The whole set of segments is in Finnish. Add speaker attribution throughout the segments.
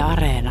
Speaker 1: Areena.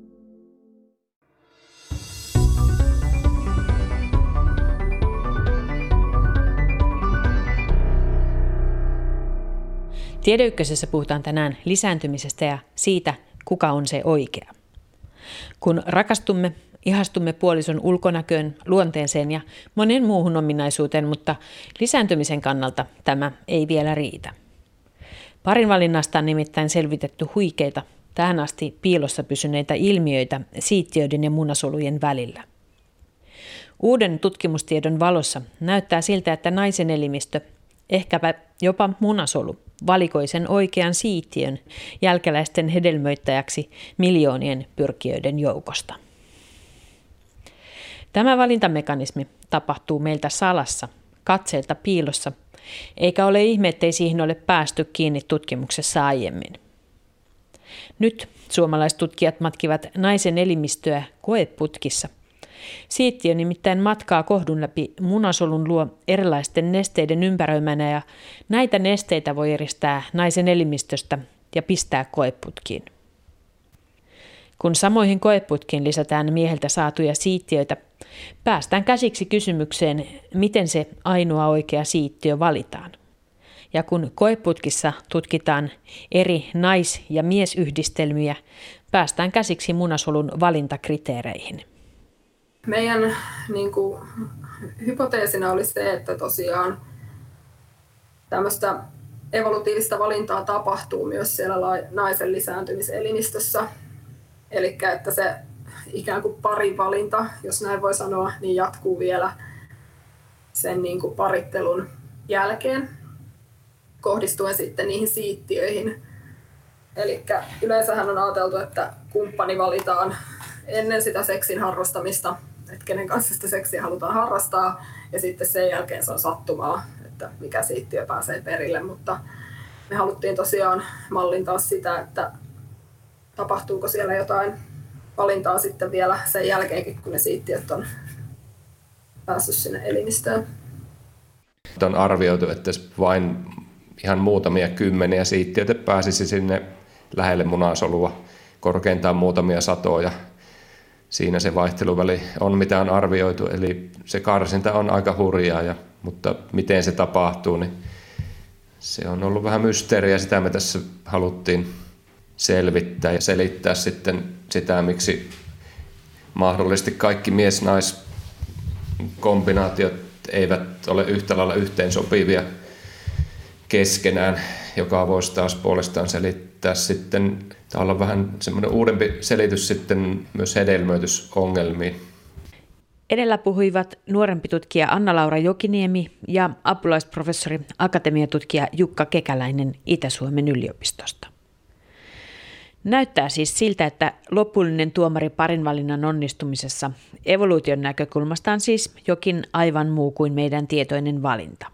Speaker 1: Tiedeykkösessä puhutaan tänään lisääntymisestä ja siitä, kuka on se oikea. Kun rakastumme, ihastumme puolison ulkonäköön, luonteeseen ja monen muuhun ominaisuuteen, mutta lisääntymisen kannalta tämä ei vielä riitä. Parinvalinnasta on nimittäin selvitetty huikeita, tähän asti piilossa pysyneitä ilmiöitä siittiöiden ja munasolujen välillä. Uuden tutkimustiedon valossa näyttää siltä, että naisen elimistö, ehkäpä jopa munasolu, valikoi sen oikean siittiön jälkeläisten hedelmöittäjäksi miljoonien pyrkijöiden joukosta. Tämä valintamekanismi tapahtuu meiltä salassa, katseelta piilossa, eikä ole ihme, ettei siihen ole päästy kiinni tutkimuksessa aiemmin. Nyt suomalaistutkijat matkivat naisen elimistöä koeputkissa. Siittiö nimittäin matkaa kohdun läpi munasolun luo erilaisten nesteiden ympäröimänä ja näitä nesteitä voi eristää naisen elimistöstä ja pistää koeputkiin. Kun samoihin koeputkiin lisätään mieheltä saatuja siittiöitä, päästään käsiksi kysymykseen, miten se ainoa oikea siittiö valitaan. Ja kun koeputkissa tutkitaan eri nais- ja miesyhdistelmiä, päästään käsiksi munasolun valintakriteereihin.
Speaker 2: Meidän hypoteesina oli se, että tosiaan tämmöistä evolutiivista valintaa tapahtuu myös siellä naisen lisääntymiselimistössä. Eli että se ikään kuin parivalinta, jos näin voi sanoa, niin jatkuu vielä sen parittelun jälkeen kohdistuen sitten niihin siittiöihin. Eli yleensähän on ajateltu, että kumppani valitaan ennen sitä seksin harrastamista, että kenen kanssa sitä seksiä halutaan harrastaa, ja sitten sen jälkeen se on sattumaa, että mikä siittiö pääsee perille, mutta me haluttiin tosiaan mallintaa sitä, että tapahtuuko siellä jotain valintaa sitten vielä sen jälkeenkin, kun ne siittiöt on päässyt sinne elimistöön.
Speaker 3: On arvioitu, että vain ihan muutamia kymmeniä siittiöitä pääsisi sinne lähelle munasolua, korkeintaan muutamia satoja. Siinä se vaihteluväli on, mitä on arvioitu, eli se karsinta on aika hurjaa, mutta miten se tapahtuu, niin se on ollut vähän mysteeriä. Sitä me tässä haluttiin selvittää ja selittää sitten sitä, miksi mahdollisesti kaikki mies-nais-kombinaatiot eivät ole yhtä lailla yhteensopivia keskenään, joka voisi taas puolestaan selittää sitten, tai olla vähän semmoinen uudempi selitys sitten myös hedelmöitysongelmiin.
Speaker 1: Edellä puhuivat nuorempi tutkija Anna-Laura Jokiniemi ja apulaisprofessori akatemiatutkija Jukka Kekäläinen Itä-Suomen yliopistosta. Näyttää siis siltä, että lopullinen tuomari parinvalinnan onnistumisessa evoluution näkökulmasta on siis jokin aivan muu kuin meidän tietoinen valinta.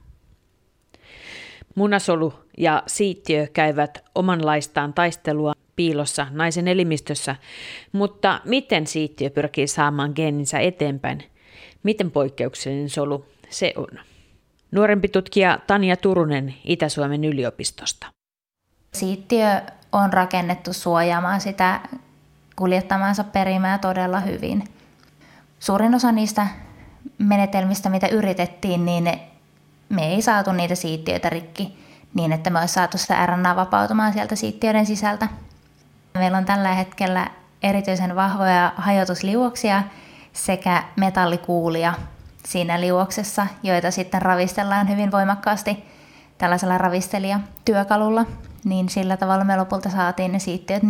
Speaker 1: Munasolu ja siittiö käyvät omanlaistaan taistelua piilossa naisen elimistössä, mutta miten siittiö pyrkii saamaan geeninsä eteenpäin? Miten poikkeuksellinen solu se on? Nuorempi tutkija Tanja Turunen Itä-Suomen yliopistosta.
Speaker 4: Siittiö on rakennettu suojaamaan sitä kuljettamaansa perimää todella hyvin. Suurin osa niistä menetelmistä, mitä yritettiin, niin me ei saatu niitä siittiöitä rikki niin, että me olisi saatu sitä RNA vapautumaan sieltä siittiöiden sisältä. Meillä on tällä hetkellä erityisen vahvoja hajotusliuoksia sekä metallikuulia siinä liuoksessa, joita sitten ravistellaan hyvin voimakkaasti tällaisella ravistelijatyökalulla. Niin sillä tavalla me lopulta saatiin ne siittiöt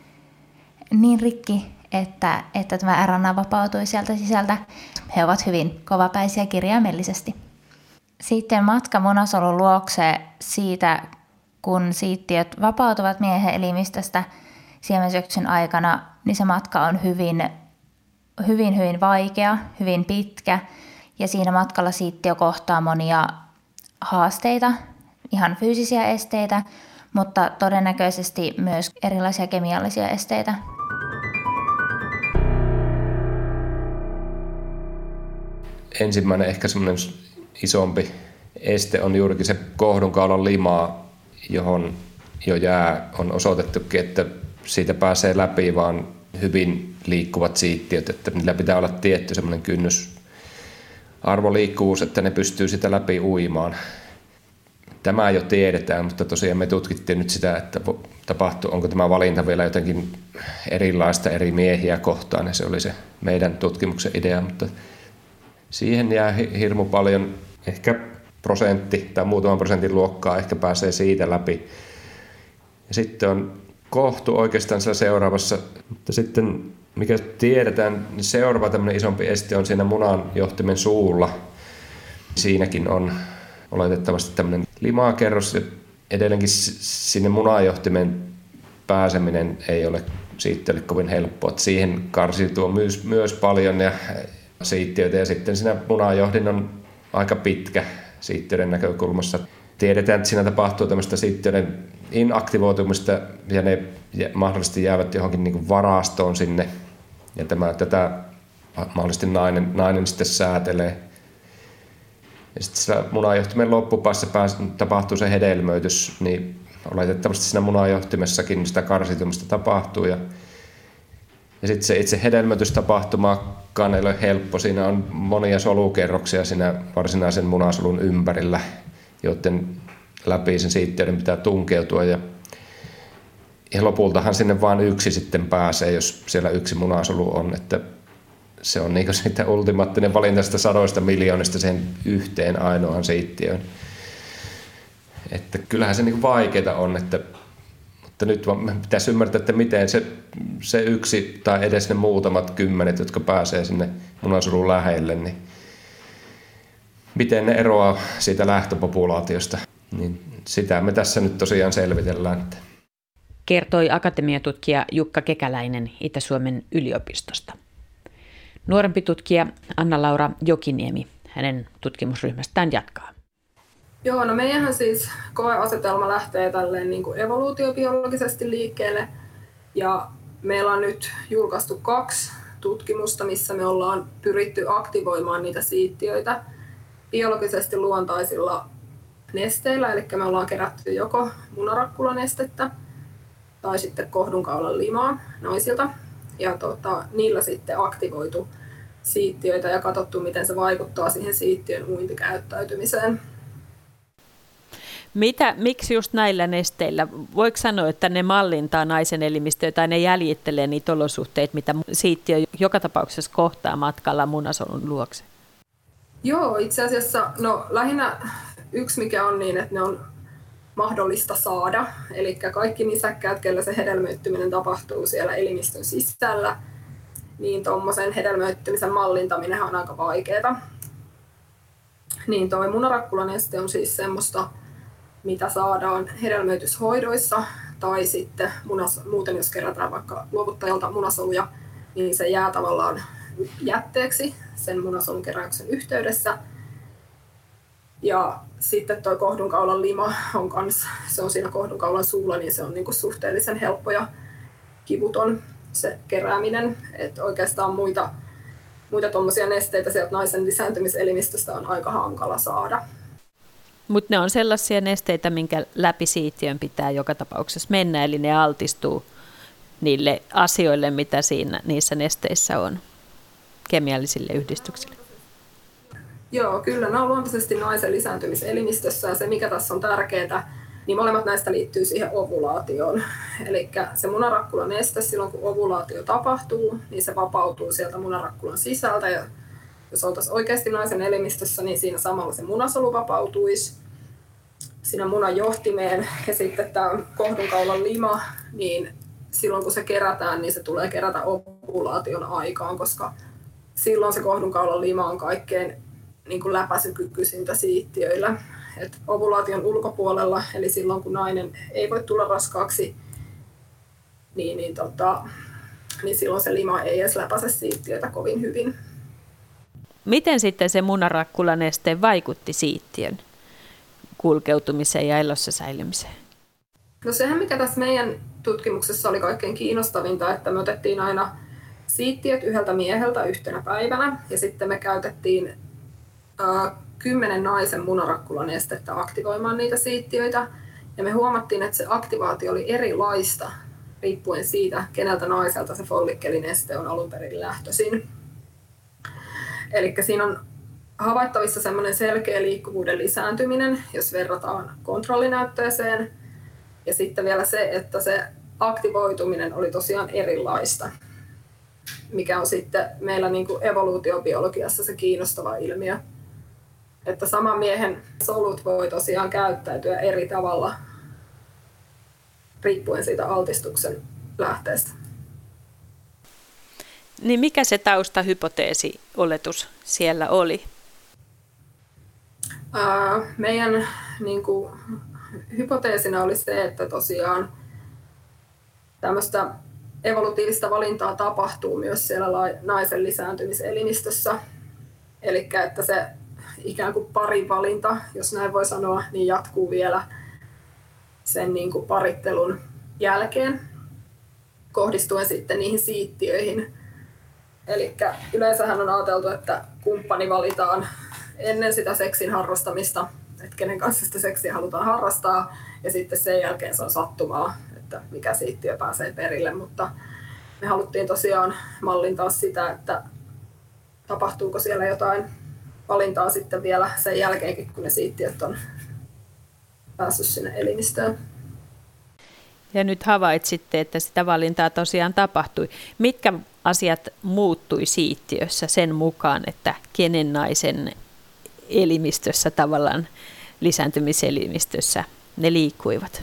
Speaker 4: niin rikki, että tämä RNA vapautui sieltä sisältä. He ovat hyvin kovapäisiä kirjaimellisesti. Sitten matka munasolun luokse siitä, kun siittiöt vapautuvat miehen elimistöstä siemensyöksyn aikana, niin se matka on hyvin vaikea, hyvin pitkä. Ja siinä matkalla siittiö kohtaa monia haasteita, ihan fyysisiä esteitä, mutta todennäköisesti myös erilaisia kemiallisia esteitä.
Speaker 3: Ensimmäinen ehkä semmoinen isompi este on juurikin se kohdunkaulan lima, johon jo on osoitettukin, että siitä pääsee läpi vaan hyvin liikkuvat siittiöt, että niillä pitää olla tietty semmoinen kynnysarvoliikkuvuus, että ne pystyy sitä läpi uimaan. Tämä jo tiedetään, mutta tosiaan me tutkittiin nyt sitä, että onko tämä valinta vielä jotenkin erilaista eri miehiä kohtaan, ja se oli se meidän tutkimuksen idea, mutta siihen jää hirmu paljon, ehkä prosentti tai muutaman prosentin luokkaa ehkä pääsee siitä läpi. Ja sitten on kohtu oikeastaan seuraavassa, mutta sitten mikä tiedetään, niin seuraava tämmöinen isompi este on siinä munanjohtimen suulla. Siinäkin on oletettavasti tämmöinen limakerros, ja edelleenkin sinne munanjohtimen pääseminen ei ole siittiölle kovin helppoa. Siihen karsiutuu myös paljon ja siittiöitä, ja sitten siinä munanjohdin on aika pitkä siittiöiden näkökulmassa. Tiedetään, että siinä tapahtuu tämmöistä siittiöiden inaktivoitumista, ja ne mahdollisesti jäävät johonkin niin kuin varastoon sinne, ja tätä mahdollisesti nainen sitten säätelee. Ja sitten siellä munanjohtimen loppupäässä tapahtuu se hedelmöitys, niin oletettavasti siinä munanjohtimessakin sitä karsitumista tapahtuu. Ja sitten se itse hedelmöitystapahtumakaan ei ole helppo. Siinä on monia solukerroksia siinä varsinaisen munasolun ympärillä, joiden läpi sen siittiöiden pitää tunkeutua. Ja lopultahan sinne vain yksi sitten pääsee, jos siellä yksi munasolu on. Että se on niin sitten ultimaattinen valinta sitä 100 miljoonista sen yhteen ainoaan siittiöön. Että kyllähän se niin vaikeaa on, mutta nyt pitäisi ymmärtää, että miten se yksi tai edes ne muutamat kymmenet, jotka pääsee sinne munasolun lähelle, niin miten ne eroaa siitä lähtöpopulaatiosta. Niin sitä me tässä nyt tosiaan selvitellään.
Speaker 1: Kertoi akatemiatutkija Jukka Kekäläinen Itä-Suomen yliopistosta. Nuorempi tutkija Anna-Laura Jokiniemi hänen tutkimusryhmästään jatkaa.
Speaker 2: Joo, no meidänhän siis koeasetelma lähtee tälleen niin kuin evoluutiobiologisesti liikkeelle. Ja meillä on nyt julkaistu 2 tutkimusta, missä me ollaan pyritty aktivoimaan niitä siittiöitä biologisesti luontaisilla nesteillä. Eli me ollaan kerätty joko munarakkulonestettä tai sitten kohdunkaulan limaa naisilta. Ja niillä sitten aktivoitu siittiöitä ja katsottu, miten se vaikuttaa siihen siittiön uintikäyttäytymiseen.
Speaker 1: Miksi just näillä nesteillä? Voiko sanoa, että ne mallintaa naisen elimistöä tai ne jäljittelee niitä olosuhteita, mitä siittiö joka tapauksessa kohtaa matkalla munasolun luokse?
Speaker 2: Joo, itse asiassa lähinnä yksi mikä on niin, että ne on mahdollista saada. Eli kaikki nisäkkäät, kellä se hedelmöittyminen tapahtuu siellä elimistön sisällä, niin tuommoisen hedelmöittymisen mallintaminen on aika vaikeaa. Niin toi munarakkulaneste on siis semmoista, mitä saadaan hedelmöityshoidoissa tai sitten muuten jos kerätään vaikka luovuttajalta munasoluja, niin se jää tavallaan jätteeksi sen munasolun keräyksen yhteydessä. Ja sitten tuo kohdunkaulan lima se on siinä kohdunkaulan suulla, niin se on niinku suhteellisen helppo ja kivuton se kerääminen. Että oikeastaan muita tuommoisia nesteitä sieltä naisen lisääntymiselimistöstä on aika hankala saada.
Speaker 1: Mutta ne on sellaisia nesteitä, minkä läpi siittiön pitää joka tapauksessa mennä, eli ne altistuu niille asioille, mitä niissä nesteissä on, kemiallisille yhdistyksille.
Speaker 2: Joo, kyllä ne on luontaisesti naisen lisääntymiselimistössä, ja se mikä tässä on tärkeää, niin molemmat näistä liittyy siihen ovulaatioon. Eli se munarakkulan neste silloin, kun ovulaatio tapahtuu, niin se vapautuu sieltä munarakkulan sisältä, ja jos oltaisiin oikeasti naisen elimistössä, niin siinä samalla se munasolu vapautuisi siinä munan johtimeen. Ja sitten tämä kohdunkaulan lima, niin silloin kun se kerätään, niin se tulee kerätä ovulaation aikaan, koska silloin se kohdunkaulan lima on kaikkein niin kuin läpäisykykyisintä siittiöillä. Et ovulaation ulkopuolella, eli silloin kun nainen ei voi tulla raskaaksi, niin silloin se lima ei edes läpäise siittiöitä kovin hyvin.
Speaker 1: Miten sitten se munarakkulaneste vaikutti siittiön kulkeutumiseen ja elossa säilymiseen?
Speaker 2: No sehän, mikä tässä meidän tutkimuksessa oli kaikkein kiinnostavinta, että me otettiin aina siittiöt yhdeltä mieheltä yhtenä päivänä, ja sitten me käytettiin 10 naisen munarakkulonestettä aktivoimaan niitä siittiöitä, ja me huomattiin, että se aktivaatio oli erilaista riippuen siitä, keneltä naiselta se follikkelineste on alun perin lähtöisin. Eli siinä on havaittavissa semmoinen selkeä liikkuvuuden lisääntyminen, jos verrataan kontrollinäytteeseen. Ja sitten vielä se, että se aktivoituminen oli tosiaan erilaista, mikä on sitten meillä niin kuin evoluutiobiologiassa se kiinnostava ilmiö. Että saman miehen solut voi tosiaan käyttäytyä eri tavalla riippuen siitä altistuksen lähteestä.
Speaker 1: Niin mikä se taustahypoteesi-oletus siellä oli?
Speaker 2: Meidän niin kuin, hypoteesina oli se, että tosiaan tämmöistä evolutiivista valintaa tapahtuu myös siellä naisen lisääntymiselimistössä. Eli että se ikään kuin parivalinta, jos näin voi sanoa, niin jatkuu vielä sen niin kuin parittelun jälkeen kohdistuen sitten niihin siittiöihin. Eli yleensähän on ajateltu, että kumppani valitaan ennen sitä seksin harrastamista, että kenen kanssa sitä seksiä halutaan harrastaa, ja sitten sen jälkeen se on sattumaa, että mikä siittiö pääsee perille, mutta me haluttiin tosiaan mallintaa sitä, että tapahtuuko siellä jotain valintaa sitten vielä sen jälkeenkin, kun ne siittiöt on päässyt sinne elimistöön.
Speaker 1: Ja nyt havaitsitte, että sitä valintaa tosiaan tapahtui. Mitkä asiat muuttui siittiössä sen mukaan, että kenen naisen elimistössä tavallaan lisääntymiselimistössä ne liikkuivat?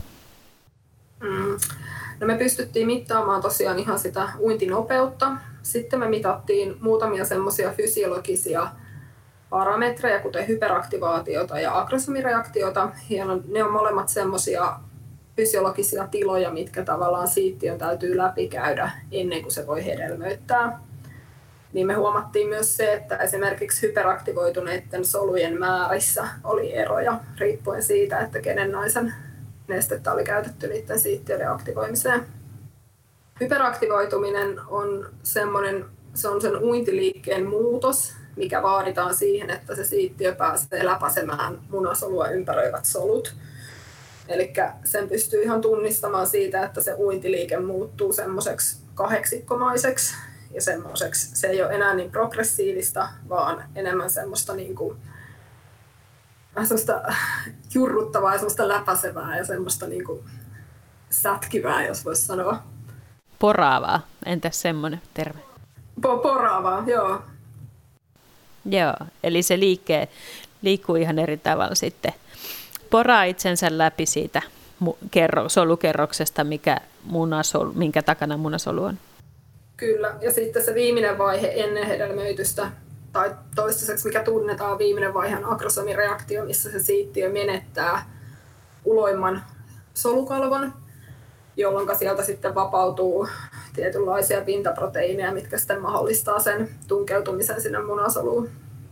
Speaker 2: No me pystyttiin mittaamaan tosiaan ihan sitä uintinopeutta. Sitten me mitattiin muutamia semmoisia fysiologisia parametreja, kuten hyperaktivaatiota ja agrosomireaktiota. Ne on molemmat semmoisia fysiologisia tiloja, mitkä tavallaan siittiön täytyy läpikäydä ennen kuin se voi hedelmöittää. Niin me huomattiin myös se, että esimerkiksi hyperaktivoituneiden solujen määrissä oli eroja riippuen siitä, että kenen naisen nestettä oli käytetty niiden siittiöiden aktivoimiseen. Hyperaktivoituminen on se on sen uintiliikkeen muutos, mikä vaaditaan siihen, että se siittiö pääsee läpäisemään munasolua ympäröivät solut. Eli sen pystyy ihan tunnistamaan siitä, että se uintiliike muuttuu semmoiseksi kahdeksikkomaiseksi ja semmoiseksi. Se ei ole enää niin progressiivista, vaan enemmän semmoista niin kuin semmoista jurruttavaa ja semmoista läpäisevää ja semmoista niin kuin sätkivää, jos voisi sanoa.
Speaker 1: Poraavaa, entäs semmoinen termi?
Speaker 2: Poraavaa, joo.
Speaker 1: Joo, eli se liikkuu ihan eri tavalla sitten. Poraa itsensä läpi siitä solukerroksesta, minkä takana munasolu on.
Speaker 2: Kyllä, ja sitten se viimeinen vaihe ennen hedelmöitystä, tai toistaiseksi mikä tunnetaan viimeinen vaihe on agrosomireaktio, missä se siittiö menettää uloimman solukalvon, jolloin sieltä sitten vapautuu tietynlaisia pintaproteiineja, mitkä sitten mahdollistaa sen tunkeutumisen sinne munasoluun.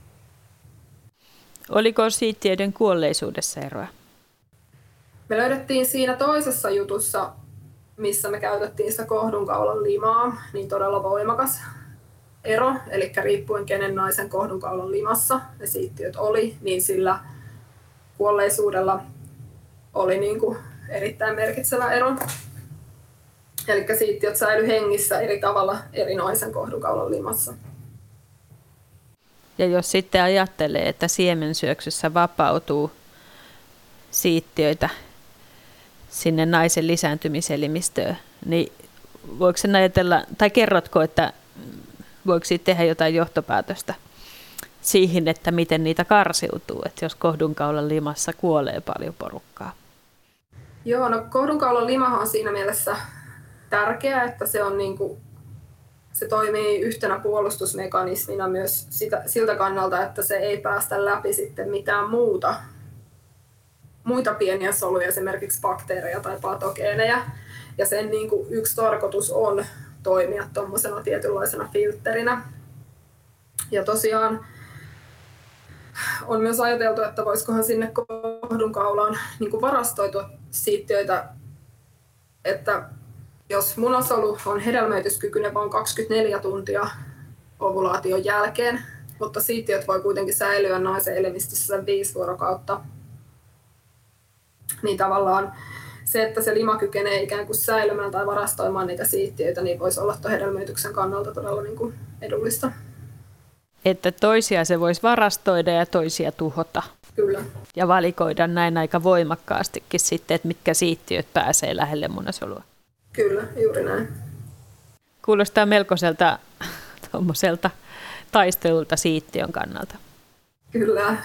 Speaker 1: Oliko siittiöiden kuolleisuudessa eroa?
Speaker 2: Me löydettiin siinä toisessa jutussa, missä me käytettiin sitä kohdunkaulan limaa, niin todella voimakas ero. Eli riippuen kenen naisen kohdunkaulan limassa ne siittiöt oli, niin sillä kuolleisuudella oli niin kuin erittäin merkitsevä ero. Eli siittiöt säilyi hengissä eri tavalla eri naisen kohdunkaulan limassa.
Speaker 1: Ja jos sitten ajattelee, että siemensyöksyssä vapautuu siittiöitä sinne naisen lisääntymiselimistöön, niin voiko sen ajatella, tai kerrotko, että voiko siitä tehdä jotain johtopäätöstä siihen, että miten niitä karsiutuu, että jos kohdunkaulan limassa kuolee paljon porukkaa?
Speaker 2: Joo, no kohdunkaulan limahan on siinä mielessä tärkeää, että se on se toimii yhtenä puolustusmekanismina myös siltä kannalta, että se ei päästä läpi sitten mitään muita pieniä soluja, esimerkiksi bakteereja tai patogeeneja. Ja sen yksi tarkoitus on toimia tuommoisena tietynlaisena filtterinä. Ja tosiaan on myös ajateltu, että voisikohan sinne kohdunkaulaan varastoitua siittiöitä, että jos munasolu on hedelmöityskykyinen vain 24 tuntia ovulaation jälkeen, mutta siittiöt voi kuitenkin säilyä naisen elimistössä 5 vuorokautta, niin tavallaan se, että se lima kykenee ikään kuin säilymään tai varastoimaan niitä siittiöitä, niin voisi olla tuon hedelmöityksen kannalta todella niin kuin edullista.
Speaker 1: Että toisia se voisi varastoida ja toisia tuhota.
Speaker 2: Kyllä.
Speaker 1: Ja valikoida näin aika voimakkaastikin sitten, että mitkä siittiöt pääsee lähelle munasolua.
Speaker 2: Kyllä, juuri näin.
Speaker 1: Kuulostaa melkoiselta tuommoiselta taistelulta siittiön kannalta.
Speaker 2: Kyllä.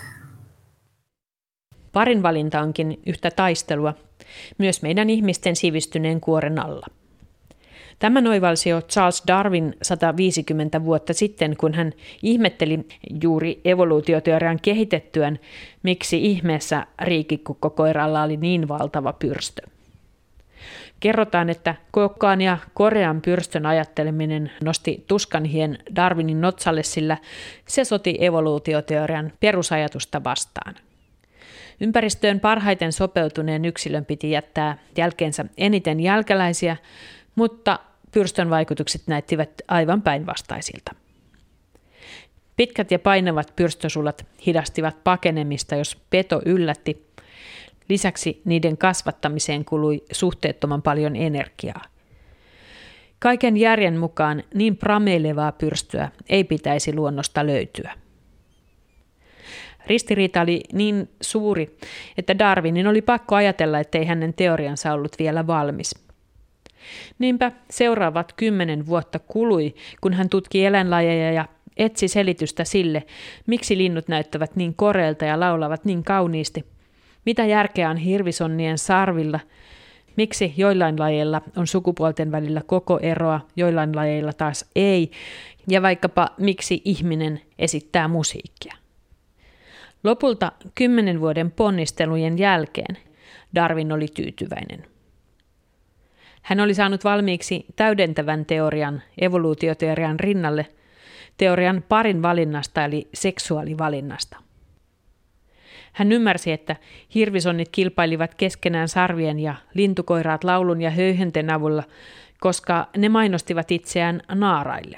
Speaker 1: Parinvalinta onkin yhtä taistelua, myös meidän ihmisten sivistyneen kuoren alla. Tämän oivalsi jo Charles Darwin 150 vuotta sitten, kun hän ihmetteli juuri evoluutioteorian kehitettyään, miksi ihmeessä riikikukkokoiralla oli niin valtava pyrstö. Kerrotaan, että kokkaan ja korean pyrstön ajatteleminen nosti tuskanhien Darwinin notsalle, sillä se soti evoluutioteorian perusajatusta vastaan. Ympäristöön parhaiten sopeutuneen yksilön piti jättää jälkeensä eniten jälkeläisiä, mutta pyrstön vaikutukset näyttivät aivan päinvastaisilta. Pitkät ja painavat pyrstösulat hidastivat pakenemista, jos peto yllätti. Lisäksi niiden kasvattamiseen kului suhteettoman paljon energiaa. Kaiken järjen mukaan niin prameilevaa pyrstöä ei pitäisi luonnosta löytyä. Ristiriita oli niin suuri, että Darwinin oli pakko ajatella, ettei hänen teoriansa ollut vielä valmis. Niinpä seuraavat 10 vuotta kului, kun hän tutki eläinlajeja ja etsi selitystä sille, miksi linnut näyttävät niin koreilta ja laulavat niin kauniisti. Mitä järkeä on hirvisonnien sarvilla? Miksi joillain lajeilla on sukupuolten välillä koko eroa, joillain lajeilla taas ei? Ja vaikkapa miksi ihminen esittää musiikkia? Lopulta 10 vuoden ponnistelujen jälkeen Darwin oli tyytyväinen. Hän oli saanut valmiiksi täydentävän teorian evoluutioteorian rinnalle, teorian parin valinnasta eli seksuaalivalinnasta. Hän ymmärsi, että hirvisonnit kilpailivat keskenään sarvien ja lintukoiraat laulun ja höyhenten avulla, koska ne mainostivat itseään naaraille.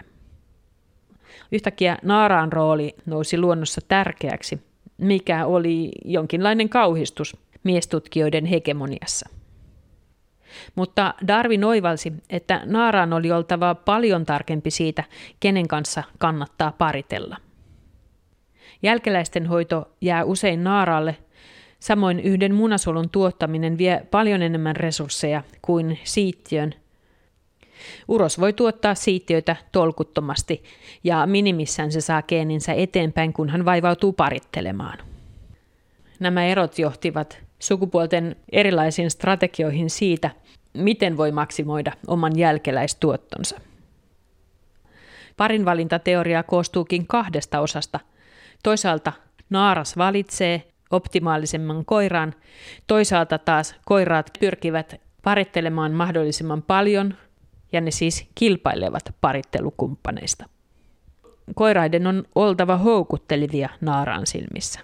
Speaker 1: Yhtäkkiä naaraan rooli nousi luonnossa tärkeäksi, mikä oli jonkinlainen kauhistus miestutkijoiden hegemoniassa. Mutta Darwin oivalsi, että naaraan oli oltava paljon tarkempi siitä, kenen kanssa kannattaa paritella. Jälkeläisten hoito jää usein naaraalle, samoin yhden munasolun tuottaminen vie paljon enemmän resursseja kuin siittiön. Uros voi tuottaa siittiöitä tolkuttomasti ja minimissään se saa geeninsä eteenpäin, kun hän vaivautuu parittelemaan. Nämä erot johtivat sukupuolten erilaisiin strategioihin siitä, miten voi maksimoida oman jälkeläistuottonsa. Parinvalintateoria koostuukin 2 osasta. Toisaalta naaras valitsee optimaalisemman koiran, toisaalta taas koiraat pyrkivät parittelemaan mahdollisimman paljon ja ne siis kilpailevat parittelukumppaneista. Koiraiden on oltava houkuttelevia naaraan silmissä.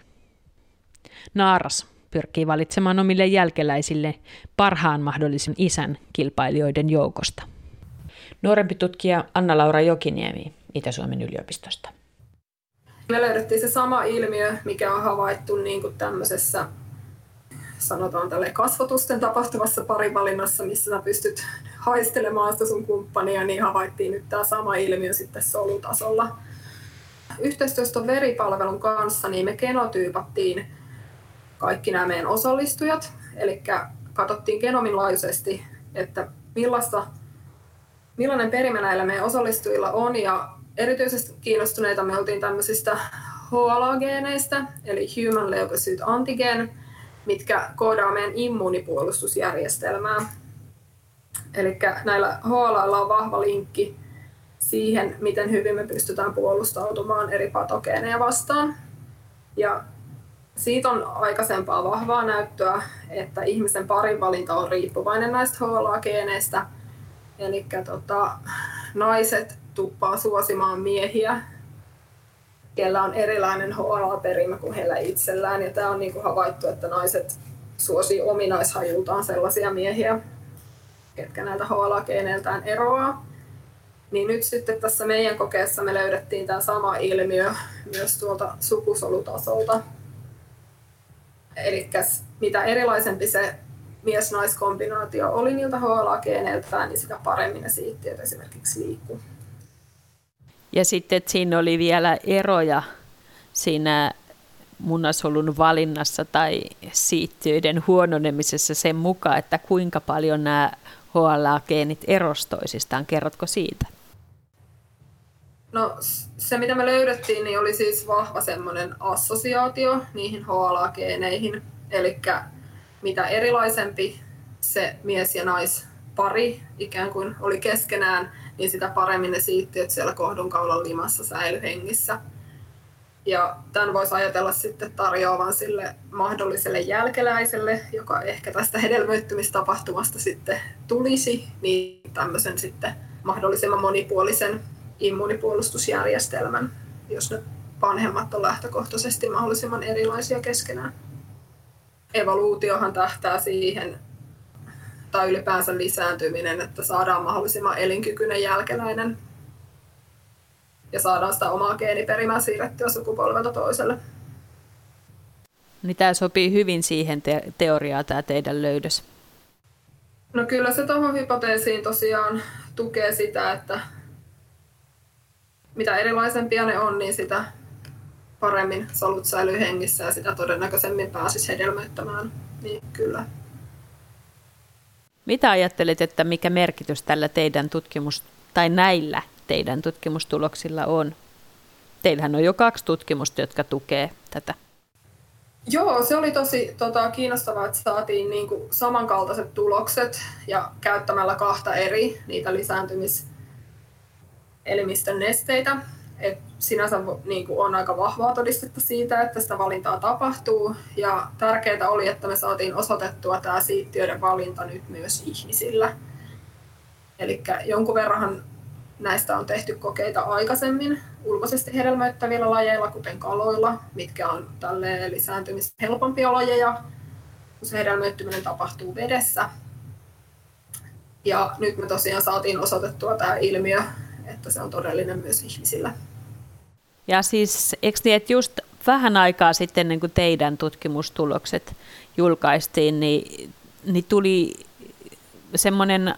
Speaker 1: Naaras pyrkii valitsemaan omille jälkeläisille parhaan mahdollisen isän kilpailijoiden joukosta. Nuorempi tutkija Anna-Laura Jokiniemi Itä-Suomen yliopistosta.
Speaker 2: Me löydettiin se sama ilmiö, mikä on havaittu niin kuin tämmöisessä, sanotaan tälle kasvotusten tapahtuvassa parivalinnassa, missä sä pystyt haistelemaan sitä sun kumppania, niin havaittiin nyt tämä sama ilmiö sitten solutasolla. Yhteistyössä veripalvelun kanssa niin me genotyypattiin kaikki nämä meidän osallistujat, eli katsottiin genomin laajuisesti, että millainen perimä näillä meidän osallistujilla on, ja erityisesti kiinnostuneita me oltiin tämmöisistä HLA-geeneistä, eli Human Leukocyte Antigen, mitkä koodaa meidän immuunipuolustusjärjestelmää. Eli näillä HLAilla on vahva linkki siihen, miten hyvin me pystytään puolustautumaan eri patogeeneja vastaan. Ja siitä on aikaisempaa vahvaa näyttöä, että ihmisen parinvalinta on riippuvainen näistä HLA-geeneistä. Eli naiset tuppaa suosimaan miehiä, kellä on erilainen HLA-perimä kuin heillä itsellään. Ja tämä on niin kuin havaittu, että naiset suosii ominaishajultaan sellaisia miehiä, ketkä näiltä HLA-geeneiltään eroaa. Niin nyt sitten tässä meidän kokeessa me löydettiin tämä sama ilmiö myös tuolta sukusolutasolta. Eli mitä erilaisempi se mies-naiskombinaatio oli niiltä HLA-geeneiltään, niin sitä paremmin ne siittiöt esimerkiksi liikkuu.
Speaker 1: Ja sitten, että siinä oli vielä eroja siinä munasolun valinnassa tai siittiöiden huononemisessa sen mukaan, että kuinka paljon nämä HLA-geenit erosi toisistaan. Kerrotko siitä?
Speaker 2: No se, mitä me löydettiin, niin oli siis vahva semmoinen assosiaatio niihin HLA-geeneihin. Eli mitä erilaisempi se mies- ja naispari ikään kuin oli keskenään, niin sitä paremmin ne siittiöt siellä kohdunkaulan limassa säilyi hengissä. Ja tämän voisi ajatella sitten tarjoavan sille mahdolliselle jälkeläiselle, joka ehkä tästä hedelmöittymistapahtumasta sitten tulisi, niin tämmöisen sitten mahdollisimman monipuolisen immuunipuolustusjärjestelmän, jos ne vanhemmat on lähtökohtaisesti mahdollisimman erilaisia keskenään. Evoluutiohan tähtää siihen, tai ylipäänsä lisääntyminen, että saadaan mahdollisimman elinkykyinen jälkeläinen ja saadaan sitä omaa geeniperimää siirrettyä sukupolvelta toiselle.
Speaker 1: Niin tämä sopii hyvin siihen teoriaan, tämä teidän löydös.
Speaker 2: No kyllä se tuohon hypoteesiin tosiaan tukee sitä, että mitä erilaisempia ne on, niin sitä paremmin solut säilyy hengissä ja sitä todennäköisemmin pääsisi hedelmöittämään. Niin kyllä.
Speaker 1: Mitä ajattelet, että mikä merkitys tällä näillä teidän tutkimustuloksilla on? Teillähän on jo 2 tutkimusta, jotka tukee tätä.
Speaker 2: Joo, se oli tosi kiinnostavaa, että saatiin niinku samankaltaiset tulokset ja käyttämällä 2 eri niitä lisääntymiselimistön nesteitä. Et sinänsä niinku on aika vahvaa todistetta siitä, että sitä valintaa tapahtuu. Ja tärkeää oli, että me saatiin osoitettua tämä siittiöiden valinta nyt myös ihmisillä. Eli jonkun verran näistä on tehty kokeita aikaisemmin ulkoisesti hedelmöittävillä lajeilla, kuten kaloilla, mitkä on tälleen lisääntymishelpompia lajeja, kun se hedelmöittyminen tapahtuu vedessä. Ja nyt me tosiaan saatiin osoitettua tämä ilmiö, että se on todellinen myös ihmisillä.
Speaker 1: Ja siis, eikö niin, että just vähän aikaa sitten, ennen kuin teidän tutkimustulokset julkaistiin, niin tuli semmoinen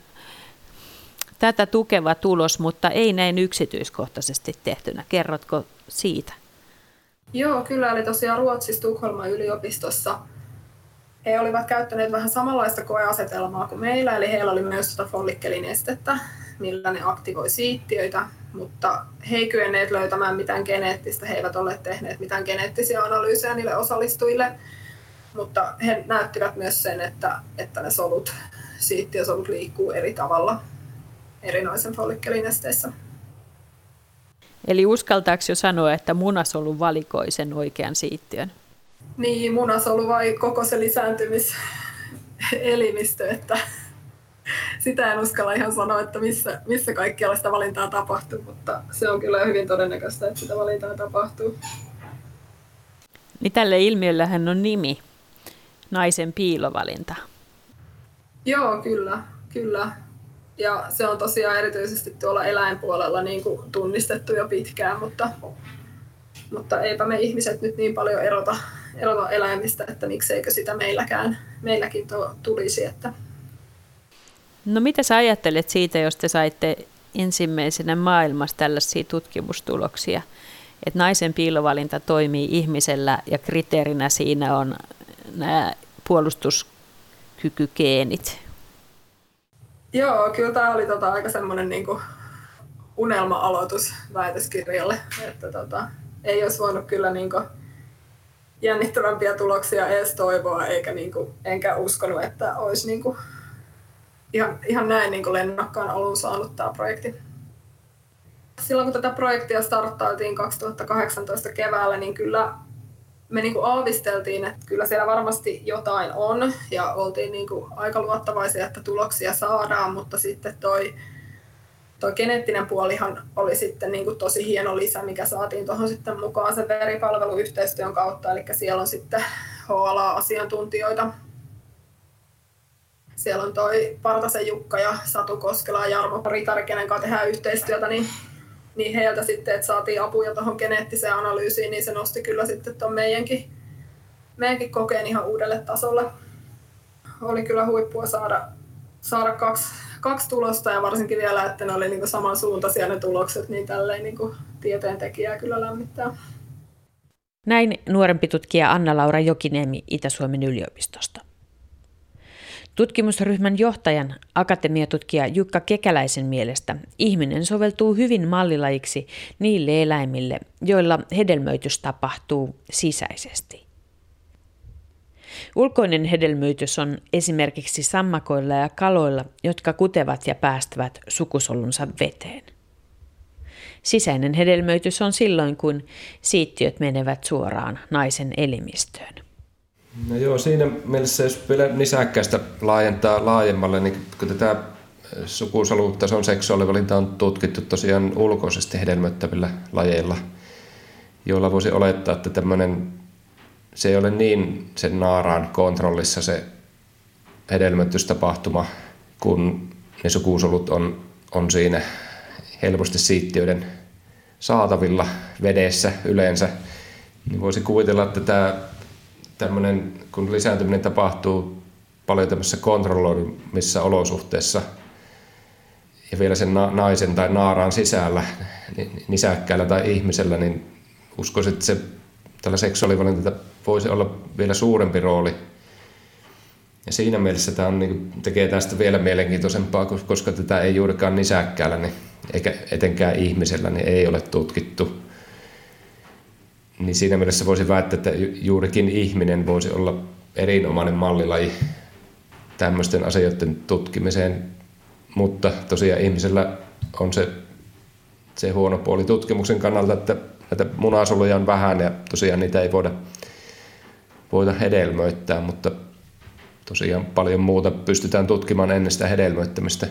Speaker 1: tätä tukeva tulos, mutta ei näin yksityiskohtaisesti tehtynä. Kerrotko siitä?
Speaker 2: Joo, kyllä. Eli tosiaan Ruotsissa Tukholman yliopistossa he olivat käyttäneet vähän samanlaista koeasetelmaa kuin meillä, eli heillä oli myös follikkelinestettä, millä ne aktivoi siittiöitä, mutta he ei kyenneet löytämään mitään geneettistä, he eivät ole tehneet mitään geneettisiä analyysejä niille osallistujille, mutta he näyttivät myös sen, että ne siittiösolut liikkuu eri tavalla eri follikkelinesteissä.
Speaker 1: Eli uskaltaako jo sanoa, että munasolu valikoi sen oikean siittiön?
Speaker 2: Niin, munasolu vai koko se lisääntymiselimistö, että sitä en uskalla ihan sanoa, että missä kaikkialla sitä valintaa tapahtuu, mutta se on kyllä hyvin todennäköistä, että sitä valintaa tapahtuu.
Speaker 1: Niin tälle ilmiöllähän on nimi, naisen piilovalinta.
Speaker 2: Joo, kyllä. Ja se on tosiaan erityisesti tuolla eläinpuolella niin kuin tunnistettu jo pitkään, mutta eipä me ihmiset nyt niin paljon erota eläimistä, että mikseikö sitä meilläkin tulisi. Että.
Speaker 1: No mitä sä ajattelet siitä, jos te saitte ensimmäisenä maailmassa tällaisia tutkimustuloksia, että naisen piilovalinta toimii ihmisellä ja kriteerinä siinä on nämä puolustuskykygeenit?
Speaker 2: Joo, kyllä tämä oli aika semmoinen niinku unelma-aloitus väitöskirjalle, että ei olisi voinut kyllä niinku jännittävämpiä tuloksia edes toivoa, enkä uskonut, että olisi niinku ihan näin niinku lennokkaan alun saanut tämä projekti. Silloin kun tätä projektia starttailtiin 2018 keväällä, niin kyllä me niinku aavisteltiin, että kyllä siellä varmasti jotain on ja oltiin niinku aika luottavaisia, että tuloksia saadaan, mutta sitten toi geneettinen puolihan oli sitten niinku tosi hieno lisä, mikä saatiin tuohon sitten mukaan sen veripalveluyhteistyön kautta, eli siellä on sitten HLA-asiantuntijoita. Siellä on toi Partasen Jukka ja Satu Koskela ja Jarmo Ritari, kenen kanssa tehdään yhteistyötä, niin heiltä sitten, että saatiin apuja tuohon geneettiseen analyysiin, niin se nosti kyllä sitten tuon meidänkin kokeen ihan uudelle tasolle. oli kyllä huippua saada kaksi tulosta ja varsinkin vielä, että ne oli niin kuin samansuuntaisia ne tulokset, niin tälleen niin kuin tieteentekijää kyllä lämmittää.
Speaker 1: Näin nuorempi tutkija Anna-Laura Jokiniemi Itä-Suomen yliopistosta. Tutkimusryhmän johtajan akatemiatutkija Jukka Kekäläisen mielestä ihminen soveltuu hyvin mallilajiksi niille eläimille, joilla hedelmöitys tapahtuu sisäisesti. Ulkoinen hedelmöitys on esimerkiksi sammakoilla ja kaloilla, jotka kutevat ja päästävät sukusolunsa veteen. Sisäinen hedelmöitys on silloin, kun siittiöt menevät suoraan naisen elimistöön.
Speaker 3: No joo, siinä mielessä jos vielä nisäkkäistä laajentaa laajemmalle, niin kun tätä sukusolutason seksuaalivalintaa on tutkittu tosiaan ulkoisesti hedelmöittävillä lajeilla, joilla voisi olettaa, että se ei ole niin sen naaraan kontrollissa se hedelmöitystapahtuma, kun ne sukusolut on siinä helposti siittiöiden saatavilla vedessä yleensä, niin voisi kuvitella, että tämmöinen, kun lisääntyminen tapahtuu paljon tämmöisissä kontrolloidumissa olosuhteissa ja vielä sen naisen tai naaraan sisällä, nisäkkäällä tai ihmisellä, niin uskoisin, että tällä seksuaalivalinta voisi olla vielä suurempi rooli. Ja siinä mielessä tämä tekee tästä vielä mielenkiintoisempaa, koska tätä ei juurikaan nisäkkäällä eikä etenkään ihmisellä niin ei ole tutkittu. Niin siinä mielessä voisi väittää, että juurikin ihminen voisi olla erinomainen mallilaji tämmöisten asioiden tutkimiseen, mutta tosiaan ihmisellä on se huono puoli tutkimuksen kannalta, että näitä munasoluja on vähän ja tosiaan niitä ei voida hedelmöittää, mutta tosiaan paljon muuta pystytään tutkimaan ennen sitä hedelmöittämistä.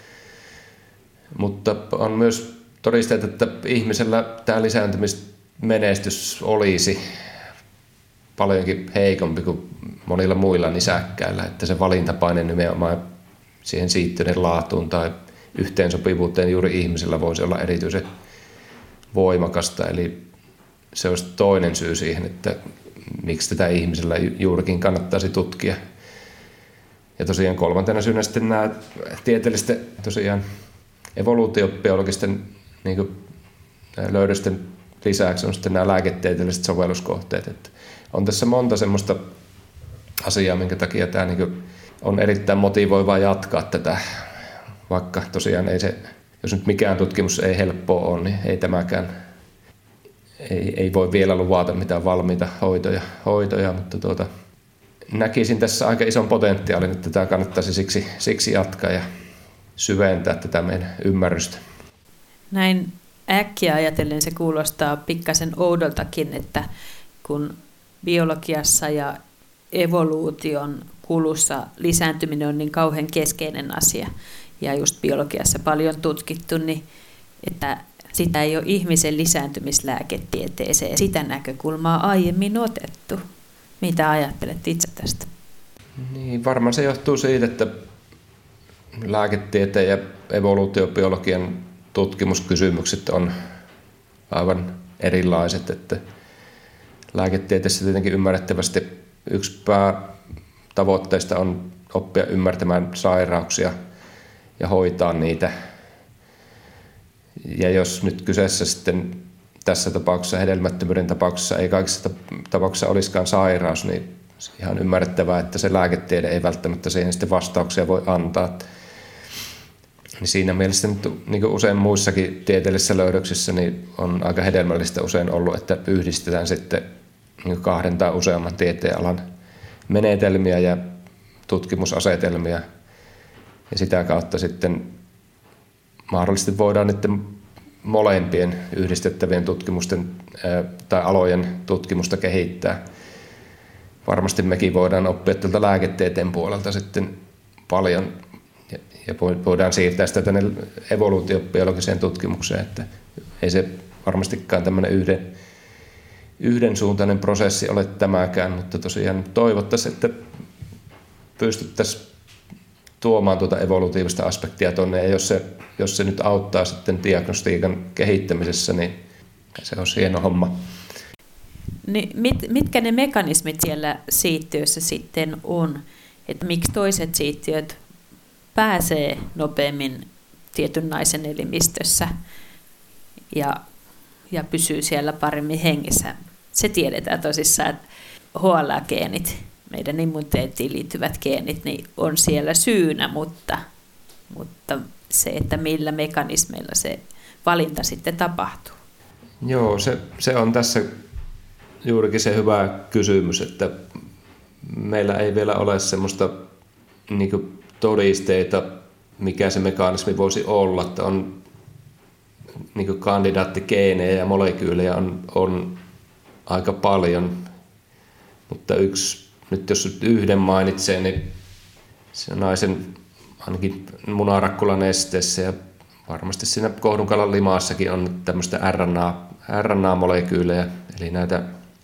Speaker 3: Mutta on myös todisteet, että ihmisellä tämä lisääntymismenestys olisi paljonkin heikompi kuin monilla muilla nisäkkäillä, että se valintapaine nimenomaan siihen siittiöiden laatuun tai yhteensopivuuteen juuri ihmisellä voisi olla erityisen voimakasta, eli se olisi toinen syy siihen, että miksi tätä ihmisellä juurikin kannattaisi tutkia. Ja tosiaan kolmantena syynä sitten nämä tieteellisten tosiaan evoluutiobiologisten löydösten lisäksi on sitten nämä lääketieteelliset sovelluskohteet. Että on tässä monta semmoista asiaa, minkä takia tämä on erittäin motivoivaa jatkaa tätä, vaikka tosiaan jos nyt mikään tutkimus ei helppoa ole, niin ei tämäkään, ei voi vielä luvata mitään valmiita hoitoja, mutta näkisin tässä aika ison potentiaalin, että tämä kannattaisi siksi jatkaa ja syventää tätä meidän ymmärrystä.
Speaker 1: Näin äkkiä ajatellen se kuulostaa pikkasen oudoltakin, että kun biologiassa ja evoluution kulussa lisääntyminen on niin kauhean keskeinen asia ja just biologiassa paljon tutkittu, niin että sitä ei ole ihmisen lisääntymislääketieteeseen sitä näkökulmaa aiemmin otettu. Mitä ajattelet itse tästä?
Speaker 3: Niin, varmaan se johtuu siitä, että lääketieteen ja evoluutiobiologian tutkimuskysymykset on aivan erilaiset. Että lääketieteessä tietenkin ymmärrettävästi yksi päätavoitteista on oppia ymmärtämään sairauksia ja hoitaa niitä. Ja jos nyt kyseessä sitten tässä tapauksessa, hedelmättömyyden tapauksessa, ei kaikissa tapauksissa olisikaan sairaus, niin ihan ymmärrettävää, että se lääketiede ei välttämättä siihen sitten vastauksia voi antaa. Niin siinä mielessä nyt, niin kuin usein muissakin tieteellisissä löydöksissä niin on aika hedelmällistä usein ollut, että yhdistetään sitten niin kahden tai useamman tieteenalan menetelmiä ja tutkimusasetelmia. Ja sitä kautta sitten mahdollisesti voidaan niiden molempien yhdistettävien tutkimusten tai alojen tutkimusta kehittää. Varmasti mekin voidaan oppia tältä lääketieteen puolelta sitten paljon ja voidaan siirtää sitä tänne evoluutiobiologiseen tutkimukseen, että ei se varmastikaan tämmöinen yhdensuuntainen prosessi ole tämäkään, mutta tosiaan toivottaisiin, että pystyttäisiin tuomaan tuota evolutiivista aspektia tuonne, ja jos se nyt auttaa sitten diagnostiikan kehittämisessä, niin se on hieno homma.
Speaker 1: Niin mitkä ne mekanismit siellä siittiössä sitten on, että miksi toiset siittiöt pääsee nopeammin tietyn naisen elimistössä ja pysyy siellä paremmin hengissä. Se tiedetään tosissaan, että HLA-geenit, meidän immuniteettiin liittyvät geenit, niin on siellä syynä, mutta se, että millä mekanismeilla se valinta sitten tapahtuu.
Speaker 3: Joo, se on tässä juurikin se hyvä kysymys, että meillä ei vielä ole semmoista niin kuin todisteita, mikä se mekanismi voisi olla, että on niin kuin kandidaattigeenejä ja molekyylejä on aika paljon, mutta nyt jos yhden mainitsee, niin se naisen ainakin munarakkulanesteessä ja varmasti siinä kohdunkalan limaassakin on tämmöistä RNA-molekyylejä, eli näitä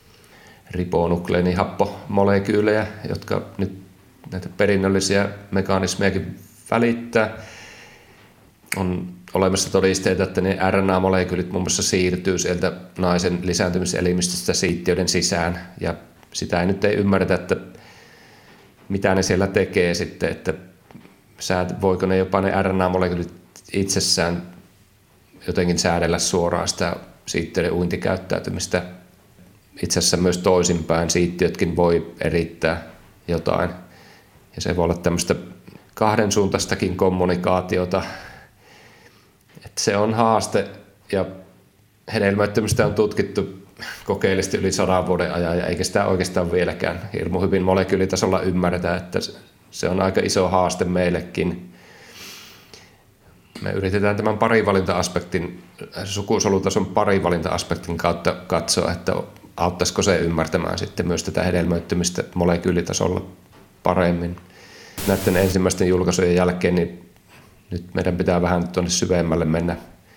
Speaker 3: ribonukleenihappomolekyylejä, jotka nyt näitä perinnöllisiä mekanismejakin välittää. On olemassa todisteita, että ne RNA-molekyylit muun muassa siirtyy sieltä naisen lisääntymiselimistöstä siittiöiden sisään, ja sitä ei ymmärretä, että mitä ne siellä tekee sitten, että voiko ne jopa ne RNA-molekyylit itsessään jotenkin säädellä suoraan sitä siittiöiden uintikäyttäytymistä. Itse asiassa myös toisinpäin siittiötkin voi erittää jotain, ja se voi olla tämmöistä kahdensuuntaistakin kommunikaatiota. Että se on haaste, ja hedelmöittymistä on tutkittu kokeellisesti yli 100 vuoden ajan, ja eikä sitä oikeastaan vieläkään hirmu hyvin molekyylitasolla ymmärretä, että se on aika iso haaste meillekin. Me yritetään tämän parivalinta-aspektin, sukusolutason parivalinta-aspektin kautta katsoa, että auttaisiko se ymmärtämään sitten myös tätä hedelmöittymistä molekyylitasolla paremmin. Näiden ensimmäisten julkaisujen jälkeen niin nyt meidän pitää vähän tuonne syvemmälle mennä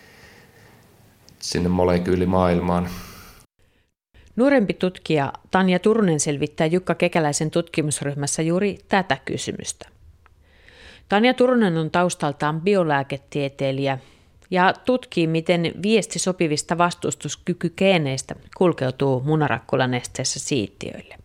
Speaker 3: sinne molekyylimaailmaan.
Speaker 1: Nuorempi tutkija Tanja Turunen selvittää Jukka Kekäläisen tutkimusryhmässä juuri tätä kysymystä. Tanja Turunen on taustaltaan biolääketieteilijä ja tutkii, miten viesti sopivista vastustuskykygeeneistä kulkeutuu munarakkulanesteessä siittiöille.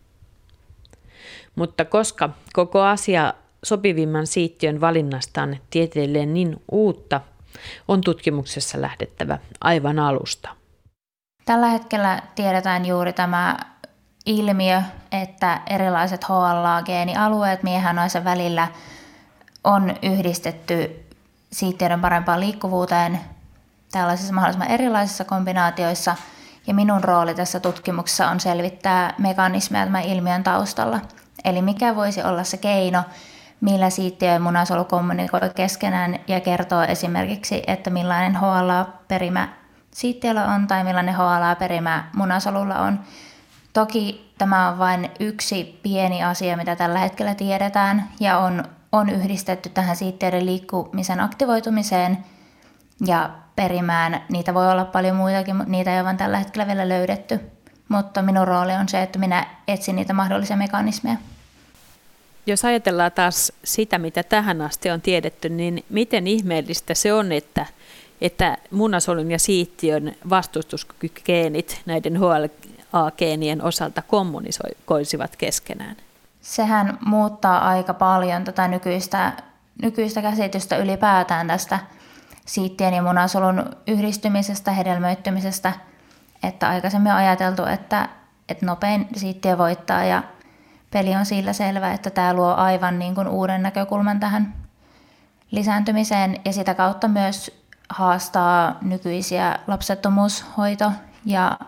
Speaker 1: Mutta koska koko asia sopivimman siittiön valinnasta on tieteelleen niin uutta, on tutkimuksessa lähdettävä aivan alusta.
Speaker 4: Tällä hetkellä tiedetään juuri tämä ilmiö, että erilaiset HLA-geenialueet miehen ja naisen välillä on yhdistetty siittiöiden parempaan liikkuvuuteen tällaisissa mahdollisimman erilaisissa kombinaatioissa. Ja minun rooli tässä tutkimuksessa on selvittää mekanismeja tämän ilmiön taustalla. Eli mikä voisi olla se keino, millä siittiö ja munasolu kommunikoi keskenään ja kertoo esimerkiksi, että millainen HLA-perimä siittiöllä on tai millainen HLA-perimä munasolulla on. Toki tämä on vain yksi pieni asia, mitä tällä hetkellä tiedetään ja on yhdistetty tähän siittiöiden liikkumisen aktivoitumiseen ja perimään. Niitä voi olla paljon muitakin, mutta niitä ei ole tällä hetkellä vielä löydetty. Mutta minun rooli on se, että minä etsin niitä mahdollisia mekanismeja.
Speaker 1: Jos ajatellaan taas sitä, mitä tähän asti on tiedetty, niin miten ihmeellistä se on, että munasolun ja siittiön vastustuskykygeenit näiden HLA-geenien osalta kommunikoisivat keskenään?
Speaker 4: Sehän muuttaa aika paljon tätä nykyistä käsitystä ylipäätään tästä siittiön ja munasolun yhdistymisestä, hedelmöittymisestä. Että aikaisemmin on ajateltu, että nopein siittiö voittaa ja peli on sillä selvä, että tämä luo aivan niin kuin uuden näkökulman tähän lisääntymiseen ja sitä kautta myös haastaa nykyisiä lapsettomuushoito- ja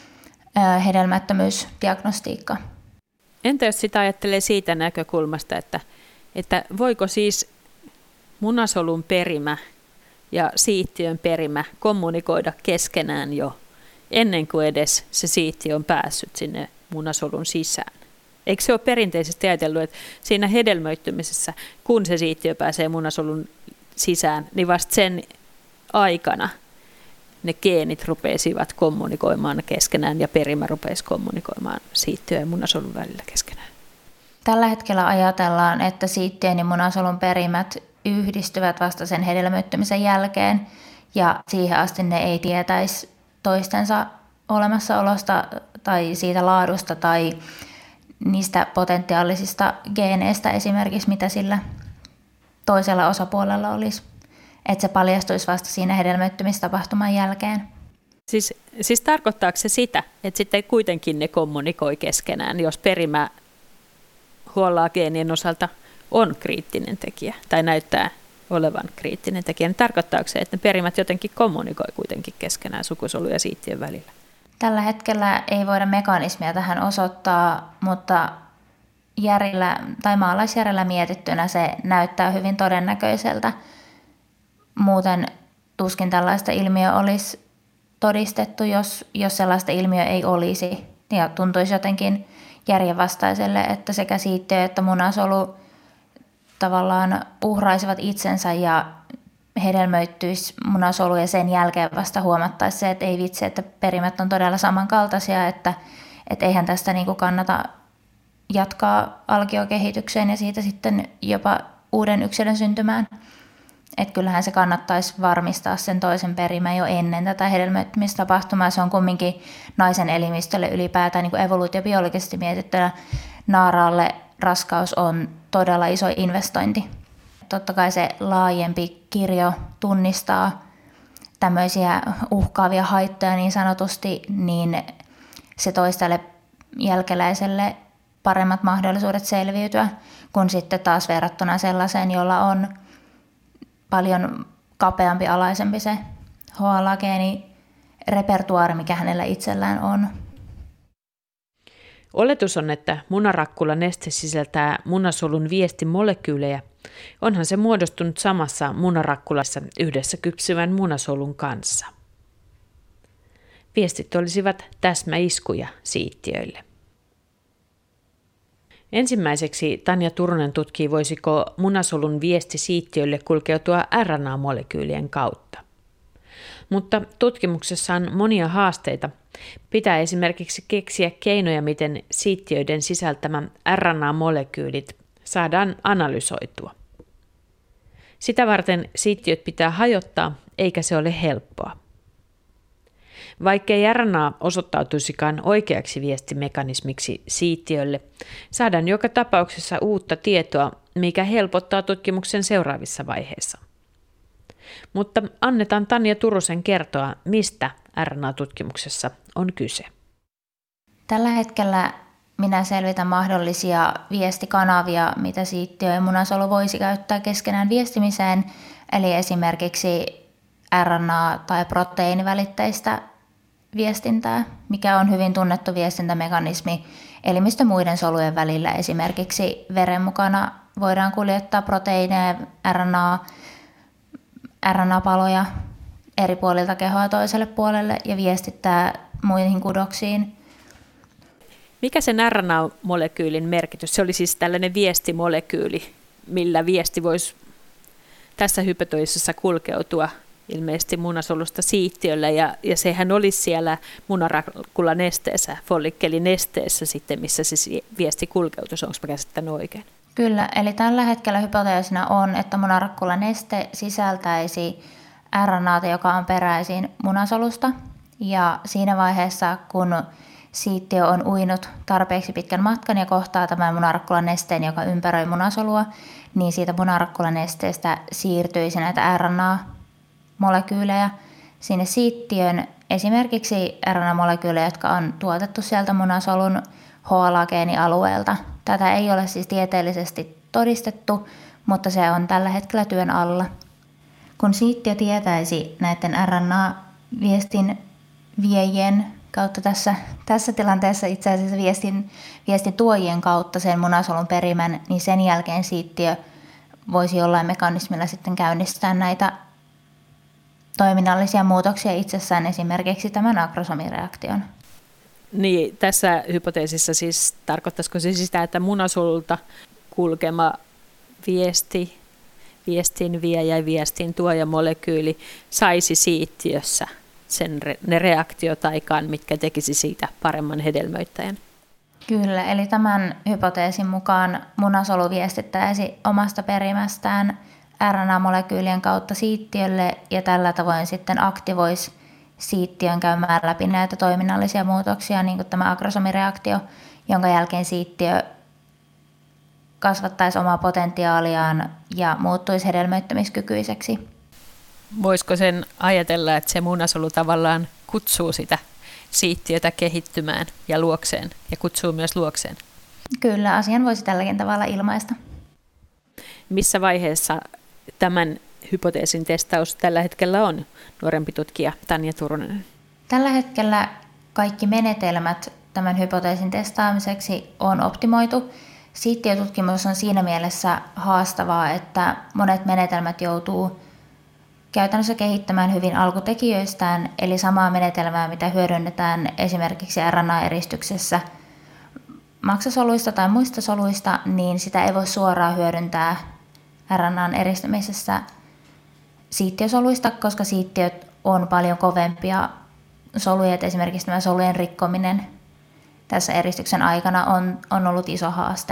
Speaker 4: hedelmättömyysdiagnostiikka.
Speaker 1: Entä jos sitä ajattelee siitä näkökulmasta, että voiko siis munasolun perimä ja siittiön perimä kommunikoida keskenään jo ennen kuin edes se siittiö on päässyt sinne munasolun sisään? Eikö se ole perinteisesti ajatellut, että siinä hedelmöittymisessä, kun se siittiö pääsee munasolun sisään, niin vasta sen aikana ne geenit rupeisivat kommunikoimaan keskenään ja perimä rupeisi kommunikoimaan siittiön ja munasolun välillä keskenään?
Speaker 4: Tällä hetkellä ajatellaan, että siittiön ja munasolun perimät yhdistyvät vasta sen hedelmöittymisen jälkeen ja siihen asti ne ei tietäisi toistensa olemassaolosta tai siitä laadusta tai niistä potentiaalisista geeneistä esimerkiksi, mitä sillä toisella osapuolella olisi. Että se paljastuisi vasta siinä hedelmöittymistapahtuman jälkeen.
Speaker 1: Siis tarkoittaako se sitä, että sitten kuitenkin ne kommunikoi keskenään, jos perimä HLA-geenien osalta on kriittinen tekijä tai näyttää olevan kriittinen tekijä, niin tarkoittaako se, että ne perimät jotenkin kommunikoi kuitenkin keskenään sukusolu- ja siittiön välillä?
Speaker 4: Tällä hetkellä ei voida mekanismia tähän osoittaa, mutta järjellä tai maalaisjärjellä mietittynä se näyttää hyvin todennäköiseltä. Muuten tuskin tällaista ilmiöä olisi todistettu, jos sellaista ilmiöä ei olisi. Ja tuntuisi jotenkin järjenvastaiselle, että sekä siittiö että munasolu tavallaan uhraisivat itsensä ja hedelmöittyisi munasolu ja sen jälkeen vasta huomattaisi se, että ei vitsi, että perimät on todella samankaltaisia, että eihän tästä niin kuin kannata jatkaa alkiokehitykseen ja siitä sitten jopa uuden yksilön syntymään. Että kyllähän se kannattaisi varmistaa sen toisen perimän jo ennen tätä hedelmöitymistapahtumaa. Se on kumminkin naisen elimistölle ylipäätään niin kuin evoluutiobiologisesti mietittynä naaraalle raskaus on todella iso investointi. Totta kai se laajempi kirjo tunnistaa tämmöisiä uhkaavia haittoja niin sanotusti, niin se toisi tälle jälkeläiselle paremmat mahdollisuudet selviytyä, kun sitten taas verrattuna sellaiseen, jolla on paljon kapeampi alaisempi se HLA-geenirepertuaari, mikä hänellä itsellään on.
Speaker 1: Oletus on, että munarakkulaneste sisältää munasolun viestimolekyylejä. Onhan se muodostunut samassa munarakkulassa yhdessä kypsyvän munasolun kanssa. Viestit olisivat täsmäiskuja siittiöille. Ensimmäiseksi Tanja Turunen tutkii, voisiko munasolun viesti siittiöille kulkeutua RNA-molekyylien kautta. Mutta tutkimuksessa on monia haasteita. Pitää esimerkiksi keksiä keinoja, miten siittiöiden sisältämä RNA-molekyylit saadaan analysoitua. Sitä varten siittiöt pitää hajottaa, eikä se ole helppoa. Vaikkei RNA osoittautuisikaan oikeaksi viestimekanismiksi siittiölle, saadaan joka tapauksessa uutta tietoa, mikä helpottaa tutkimuksen seuraavissa vaiheissa. Mutta annetaan Tanja Turusen kertoa, mistä RNA-tutkimuksessa on kyse.
Speaker 4: Tällä hetkellä minä selvitän mahdollisia viestikanavia, mitä siittiö ja munasolu voisi käyttää keskenään viestimiseen, eli esimerkiksi RNA- tai proteiinivälitteistä viestintää, mikä on hyvin tunnettu viestintämekanismi elimistön muiden solujen välillä. Esimerkiksi veren mukana voidaan kuljettaa proteiineja, RNA-paloja eri puolilta kehoa toiselle puolelle ja viestittää muihin kudoksiin.
Speaker 1: Mikä sen RNA-molekyylin merkitys? Se oli siis tällainen viestimolekyyli, millä viesti voisi tässä hypoteesissa kulkeutua ilmeisesti munasolusta siittiölle, ja sehän olisi siellä munarakkula-nesteessä, follikkelinesteessä sitten, missä se viesti kulkeutuisi. Onko mä käsittänyt oikein?
Speaker 4: Kyllä, eli tällä hetkellä hypoteesina on, että munarakkula-neste sisältäisi RNAta, joka on peräisin munasolusta, ja siinä vaiheessa, kun siittiö on uinut tarpeeksi pitkän matkan ja kohtaa tämän munarakkula-nesteen, joka ympäröi munasolua, niin siitä munarakkula-nesteestä siirtyisi näitä RNA-molekyylejä sinne siittiön, esimerkiksi RNA-molekyylejä, jotka on tuotettu sieltä munasolun HLA-geenialueelta. Tätä ei ole siis tieteellisesti todistettu, mutta se on tällä hetkellä työn alla. Kun siittiö tietäisi näiden RNA-viestin viejien kautta tässä tilanteessa itse asiassa viestin tuojien kautta sen munasolun perimän, niin sen jälkeen siittiö voisi jollain mekanismilla sitten käynnistää näitä toiminnallisia muutoksia itsessään, esimerkiksi tämän akrosomireaktion.
Speaker 1: Niin, tässä hypoteesissa siis tarkoittaisiko se sitä, että munasolulta kulkema viestinviejä ja viestintuojamolekyyli saisi siittiössä ne reaktiot aikaan, mitkä tekisi siitä paremman hedelmöittäjän?
Speaker 4: Kyllä, eli tämän hypoteesin mukaan munasolu viestittäisi omasta perimästään RNA-molekyylien kautta siittiölle ja tällä tavoin sitten aktivoisi siittiön käymään läpi näitä toiminnallisia muutoksia, niin kuin tämä agrosomireaktio, jonka jälkeen siittiö kasvattaisi omaa potentiaaliaan ja muuttuisi hedelmöittämiskykyiseksi.
Speaker 1: Voisiko sen ajatella, että se munasolu tavallaan kutsuu sitä siittiötä kehittymään ja luokseen ja kutsuu myös luokseen?
Speaker 4: Kyllä, asian voisi tälläkin tavalla ilmaista.
Speaker 1: Missä vaiheessa tämän hypoteesin testaus tällä hetkellä on, nuorempi tutkija Tanja Turunen?
Speaker 4: Tällä hetkellä kaikki menetelmät tämän hypoteesin testaamiseksi on optimoitu. Siittiötutkimus on siinä mielessä haastavaa, että monet menetelmät joutuu käytännössä kehittämään hyvin alkutekijöistään, eli samaa menetelmää, mitä hyödynnetään esimerkiksi RNA-eristyksessä maksasoluista tai muista soluista, niin sitä ei voi suoraan hyödyntää RNAn eristämisessä siittiösoluista, koska siittiöt on paljon kovempia soluja, että esimerkiksi tämä solujen rikkominen tässä eristyksen aikana on ollut iso haaste.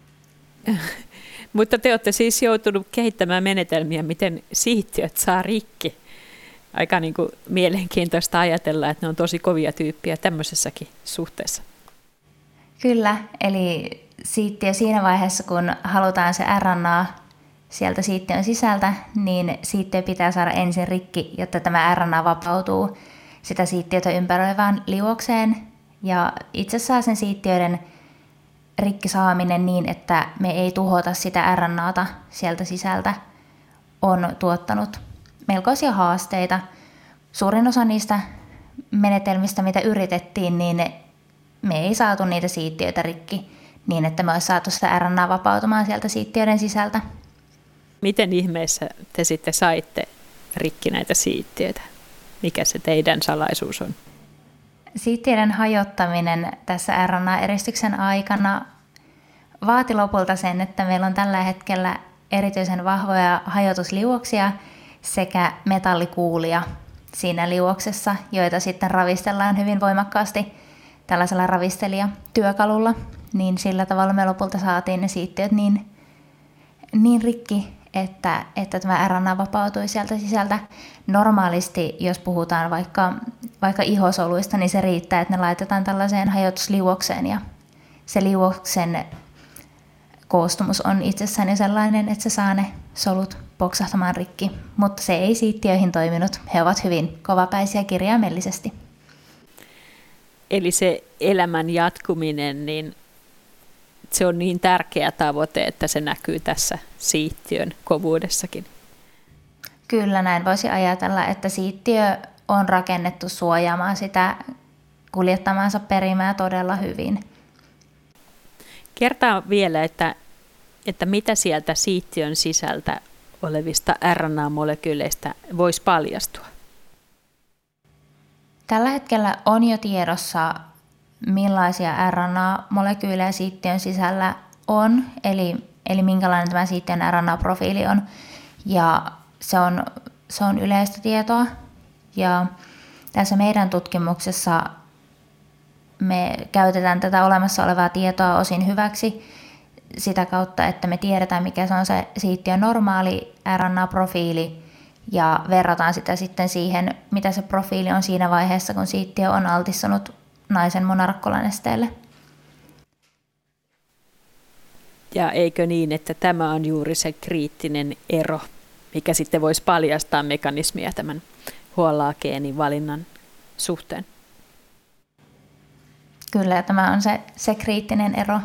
Speaker 1: Mutta te olette siis joutunut kehittämään menetelmiä, miten siittiöt saa rikki. Aika niin kuin mielenkiintoista ajatella, että ne on tosi kovia tyyppiä tämmöisessäkin suhteessa.
Speaker 4: Kyllä, eli siittiö siinä vaiheessa, kun halutaan se RNA sieltä siittiön sisältä, niin siittiö pitää saada ensin rikki, jotta tämä RNA vapautuu sitä siittiötä ympäröivään liuokseen. Ja itse asiassa sen siittiöiden rikki saaminen niin, että me ei tuhota sitä RNAta sieltä sisältä, on tuottanut melkoisia haasteita. Suurin osa niistä menetelmistä, mitä yritettiin, niin me ei saatu niitä siittiöitä rikki niin, että me olisi saatu sitä RNA vapautumaan sieltä siittiöiden sisältä.
Speaker 1: Miten ihmeessä te sitten saitte rikki näitä siittiöitä? Mikä se teidän salaisuus on?
Speaker 4: Siittiöiden hajottaminen tässä RNA-eristyksen aikana vaati lopulta sen, että meillä on tällä hetkellä erityisen vahvoja hajotusliuoksia sekä metallikuulia siinä liuoksessa, joita sitten ravistellaan hyvin voimakkaasti tällaisella ravistelijatyökalulla. Niin sillä tavalla me lopulta saatiin ne siittiöt niin rikki, että tämä RNA vapautui sieltä sisältä. Normaalisti, jos puhutaan vaikka ihosoluista, niin se riittää, että ne laitetaan tällaiseen hajotusliuokseen ja se liuoksen koostumus on itsessään jo sellainen, että se saa ne solut poksahtamaan rikki, mutta se ei siittiöihin toiminut. He ovat hyvin kovapäisiä kirjaimellisesti.
Speaker 1: Eli se elämän jatkuminen, niin se on niin tärkeä tavoite, että se näkyy tässä siittiön kovuudessakin.
Speaker 4: Kyllä, näin voisi ajatella, että siittiö on rakennettu suojaamaan sitä kuljettamaansa perimää todella hyvin.
Speaker 1: Kertaa vielä, että mitä sieltä siittiön sisältä olevista RNA-molekyyleistä voisi paljastua?
Speaker 4: Tällä hetkellä on jo tiedossa, millaisia RNA-molekyylejä siittiön sisällä on, eli minkälainen tämä siittiön RNA-profiili on. Ja se on yleistä tietoa. Ja tässä meidän tutkimuksessa me käytetään tätä olemassa olevaa tietoa osin hyväksi sitä kautta, että me tiedetään, mikä se on se siittiön normaali RNA-profiili, ja verrataan sitä sitten siihen, mitä se profiili on siinä vaiheessa, kun siittiö on altistunut naisen monarakkolainesteelle.
Speaker 1: Ja eikö niin, että tämä on juuri se kriittinen ero, mikä sitten voisi paljastaa mekanismia tämän HLA-geenin valinnan suhteen?
Speaker 4: Kyllä, tämä on se kriittinen ero.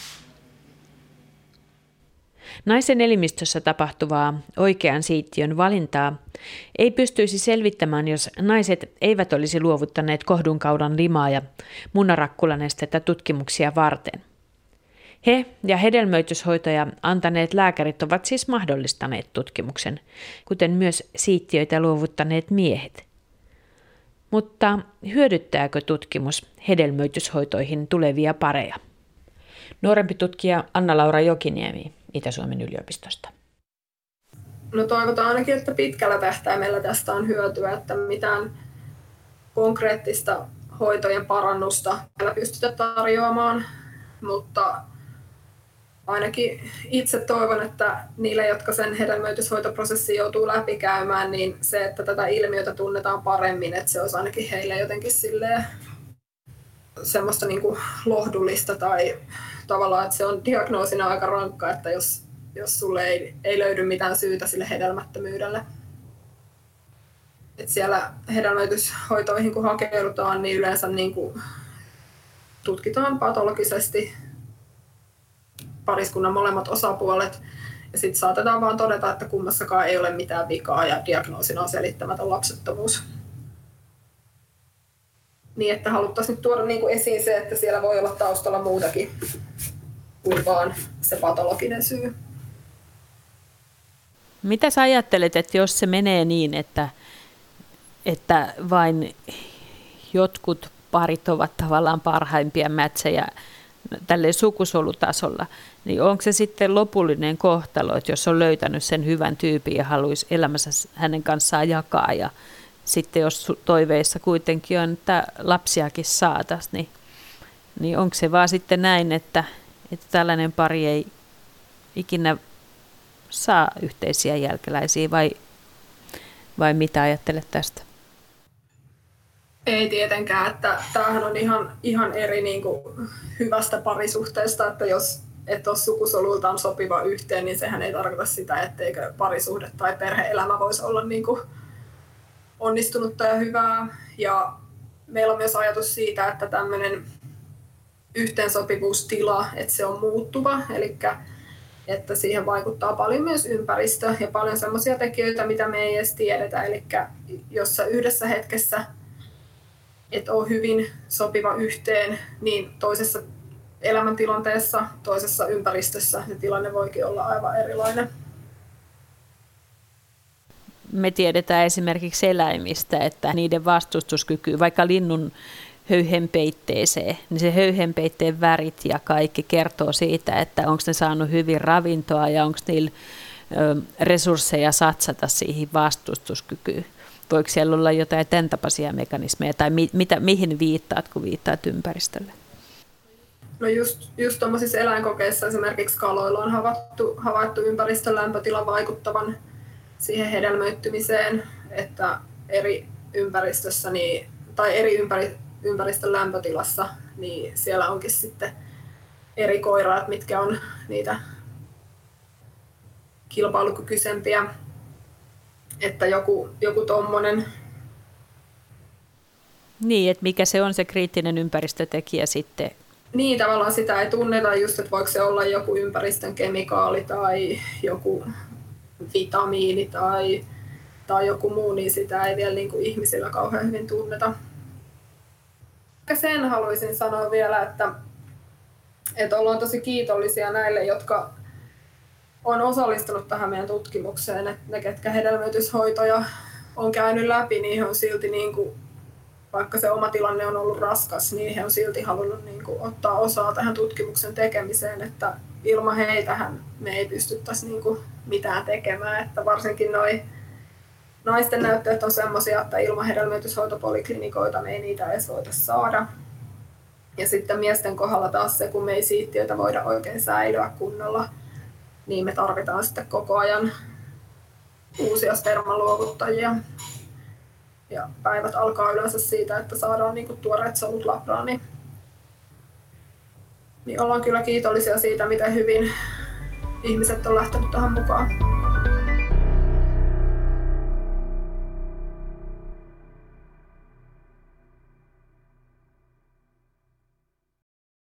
Speaker 1: Naisen elimistössä tapahtuvaa oikean siittiön valintaa ei pystyisi selvittämään, jos naiset eivät olisi luovuttaneet kohdunkaulan limaa ja munarakkulanesteitä tutkimuksia varten. He ja hedelmöityshoitoja antaneet lääkärit ovat siis mahdollistaneet tutkimuksen, kuten myös siittiöitä luovuttaneet miehet. Mutta hyödyttääkö tutkimus hedelmöityshoitoihin tulevia pareja? Nuorempi tutkija Anna-Laura Jokiniemi Itä-Suomen yliopistosta.
Speaker 2: No toivotaan ainakin, että pitkällä tähtäimellä tästä on hyötyä, että mitään konkreettista hoitojen parannusta vielä pystytä tarjoamaan, mutta ainakin itse toivon, että niille, jotka sen hedelmöityshoitoprosessin joutuu läpikäymään, niin se, että tätä ilmiötä tunnetaan paremmin, että se olisi ainakin heille jotenkin silleen semmoista niin kuin lohdullista tai tavallaan, että se on diagnoosina aika rankka, että jos sulle ei löydy mitään syytä sille hedelmättömyydelle. Että siellä hedelmöityshoitoihin kun hakeudutaan, niin yleensä niin kuin tutkitaan patologisesti pariskunnan molemmat osapuolet ja sitten saatetaan vaan todeta, että kummassakaan ei ole mitään vikaa ja diagnoosina on selittämätön lapsettomuus. Niin, että haluttaisiin nyt tuoda niin kuin esiin se, että siellä voi olla taustalla muutakin kuin vaan se patologinen syy.
Speaker 1: Mitä sä ajattelet, että jos se menee niin, että vain jotkut parit ovat tavallaan parhaimpia mätsejä tälleen sukusolutasolla, niin onko se sitten lopullinen kohtalo, että jos on löytänyt sen hyvän tyypin ja haluaisi elämänsä hänen kanssaan jakaa ja sitten jos toiveissa kuitenkin on, että lapsiakin saataisiin, niin onko se vaan sitten näin, että tällainen pari ei ikinä saa yhteisiä jälkeläisiä vai mitä ajattelet tästä?
Speaker 2: Ei tietenkään, että tämähän on ihan eri niin kuin hyvästä parisuhteesta, että jos et ole sukusolultaan sopiva yhteen, niin sehän ei tarkoita sitä, etteikö parisuhde tai perhe-elämä voisi olla niin kuin onnistunutta ja hyvää. Ja meillä on myös ajatus siitä, että tämmöinen yhteensopivuustila, että se on muuttuva, eli että siihen vaikuttaa paljon myös ympäristö ja paljon sellaisia tekijöitä, mitä me ei edes tiedetä. Eli jos sä yhdessä hetkessä et ole hyvin sopiva yhteen, niin toisessa elämäntilanteessa, toisessa ympäristössä se tilanne voikin olla aivan erilainen.
Speaker 1: Me tiedetään esimerkiksi eläimistä, että niiden vastustuskyky, vaikka linnun höyhenpeitteeseen, niin se höyhenpeitteen värit ja kaikki kertoo siitä, että onko ne saanut hyvin ravintoa ja onko niillä resursseja satsata siihen vastustuskykyyn. Voiko siellä olla jotain tämän tapaisia mekanismeja tai mihin viittaat, kun viittaat ympäristölle?
Speaker 2: No just tuollaisissa eläinkokeissa esimerkiksi kaloilla on havaittu ympäristön lämpötilan vaikuttavan siihen hedelmöittymiseen, että eri ympäristössä tai eri ympäristön lämpötilassa, niin siellä onkin sitten eri koiraat, mitkä on niitä kilpailukykyisempiä, että joku tommonen.
Speaker 1: Niin, että mikä se on se kriittinen ympäristötekijä sitten?
Speaker 2: Niin, tavallaan sitä ei tunneta just, että voiko se olla joku ympäristön kemikaali tai joku vitamiini tai joku muu, niin sitä ei vielä niin kuin ihmisillä kauhean hyvin tunneta. Sen haluaisin sanoa vielä, että ollaan tosi kiitollisia näille, jotka on osallistunut tähän meidän tutkimukseen. Että ne, ketkä hedelmöityshoitoja on käynyt läpi, niin he on silti, niin kuin, vaikka se oma tilanne on ollut raskas, niin he on silti halunnut niin kuin, ottaa osaa tähän tutkimuksen tekemiseen. Että ilman heitähän me ei pystyttäisi niin kuin, mitään tekemään. Että varsinkin noi naisten näytteet on sellaisia, että ilman hedelmöityshoitopoliklinikoita me ei niitä edes voida saada. Ja sitten miesten kohdalla taas se, kun me ei siittiöitä voida oikein säilyä kunnolla, niin me tarvitaan sitten koko ajan uusia spermaluovuttajia. Ja päivät alkaa yleensä siitä, että saadaan niinku tuoreet solut labraan. Niin ollaan kyllä kiitollisia siitä, miten hyvin ihmiset on lähtenyt tähän mukaan.